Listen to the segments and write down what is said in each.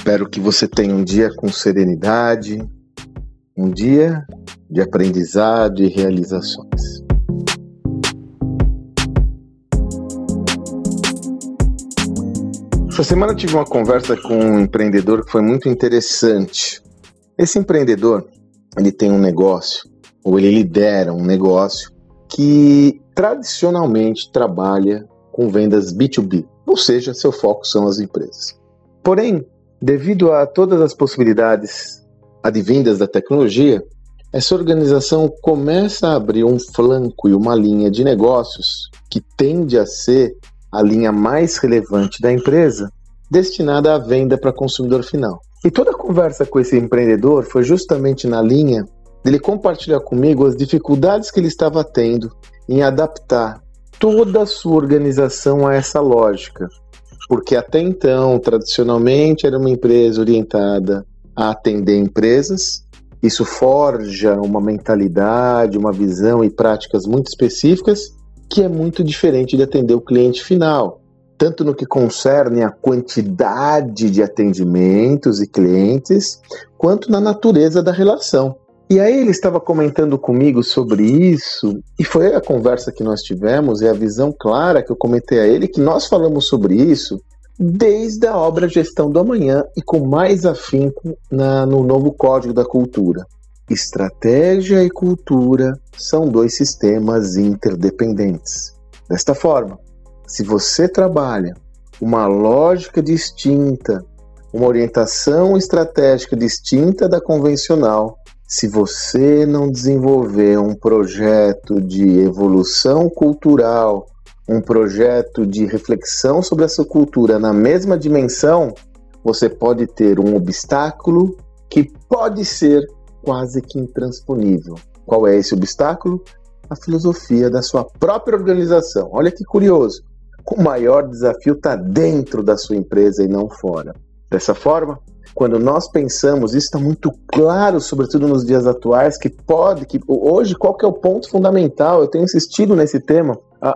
Espero que você tenha um dia com serenidade, um dia de aprendizado e realizações. Essa semana eu tive uma conversa com um empreendedor que foi muito interessante. Esse empreendedor, ele tem um negócio, ou ele lidera um negócio que tradicionalmente trabalha com vendas B2B, ou seja, seu foco são as empresas. Porém, devido a todas as possibilidades advindas da tecnologia, essa organização começa a abrir um flanco e uma linha de negócios que tende a ser a linha mais relevante da empresa, destinada à venda para consumidor final. E toda a conversa com esse empreendedor foi justamente na linha dele compartilhar comigo as dificuldades que ele estava tendo em adaptar toda a sua organização a essa lógica. Porque até então, tradicionalmente, era uma empresa orientada a atender empresas. Isso forja uma mentalidade, uma visão e práticas muito específicas, que é muito diferente de atender o cliente final, tanto no que concerne a quantidade de atendimentos e clientes, quanto na natureza da relação. E aí ele estava comentando comigo sobre isso, e foi a conversa que nós tivemos, e a visão clara que eu comentei a ele, que nós falamos sobre isso desde a obra Gestão do Amanhã, e com mais afinco no novo Código da Cultura. Estratégia e cultura são dois sistemas interdependentes. Desta forma, se você trabalha uma lógica distinta, uma orientação estratégica distinta da convencional, se você não desenvolver um projeto de evolução cultural, um projeto de reflexão sobre essa cultura na mesma dimensão, você pode ter um obstáculo que pode ser quase que intransponível. Qual é esse obstáculo? A filosofia da sua própria organização. Olha que curioso. O maior desafio está dentro da sua empresa e não fora. Dessa forma, quando nós pensamos, isso está muito claro, sobretudo nos dias atuais, que hoje, qual que é o ponto fundamental? Eu tenho insistido nesse tema.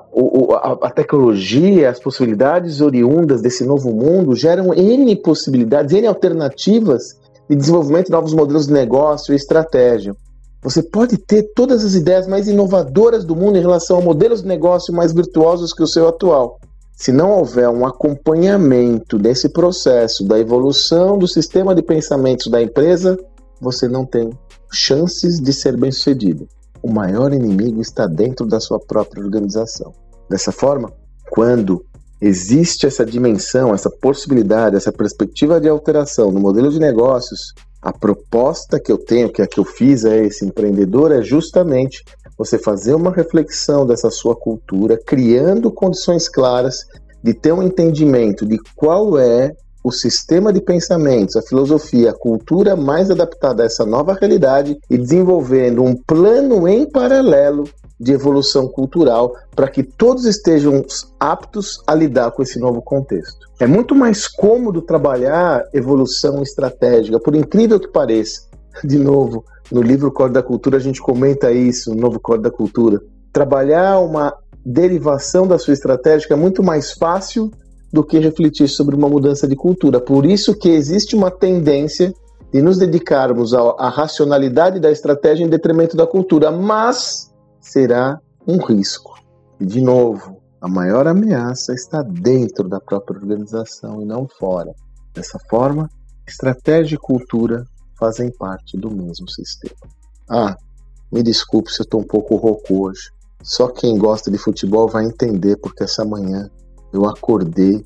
A tecnologia, as possibilidades oriundas desse novo mundo geram N possibilidades, N alternativas de desenvolvimento de novos modelos de negócio e estratégia. Você pode ter todas as ideias mais inovadoras do mundo em relação a modelos de negócio mais virtuosos que o seu atual. Se não houver um acompanhamento desse processo da evolução do sistema de pensamentos da empresa, você não tem chances de ser bem-sucedido. O maior inimigo está dentro da sua própria organização. Dessa forma, quando existe essa dimensão, essa possibilidade, essa perspectiva de alteração no modelo de negócios, a proposta que eu tenho, que é a que eu fiz a esse empreendedor, é justamente você fazer uma reflexão dessa sua cultura, criando condições claras de ter um entendimento de qual é o sistema de pensamentos, a filosofia, a cultura mais adaptada a essa nova realidade e desenvolvendo um plano em paralelo de evolução cultural para que todos estejam aptos a lidar com esse novo contexto. É muito mais cômodo trabalhar evolução estratégica, por incrível que pareça. De novo, no livro Código da Cultura a gente comenta isso, no novo Código da Cultura. Trabalhar uma derivação da sua estratégia é muito mais fácil do que refletir sobre uma mudança de cultura. Por isso que existe uma tendência de nos dedicarmos à racionalidade da estratégia em detrimento da cultura, mas será um risco. E, de novo, a maior ameaça está dentro da própria organização e não fora. Dessa forma, estratégia e cultura fazem parte do mesmo sistema. Me desculpe se eu estou um pouco rouco hoje. Só quem gosta de futebol vai entender, porque essa manhã eu acordei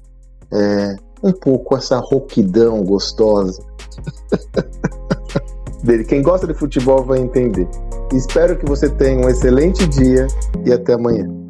um pouco essa rouquidão gostosa dele. Quem gosta de futebol vai entender. Espero que você tenha um excelente dia e até amanhã.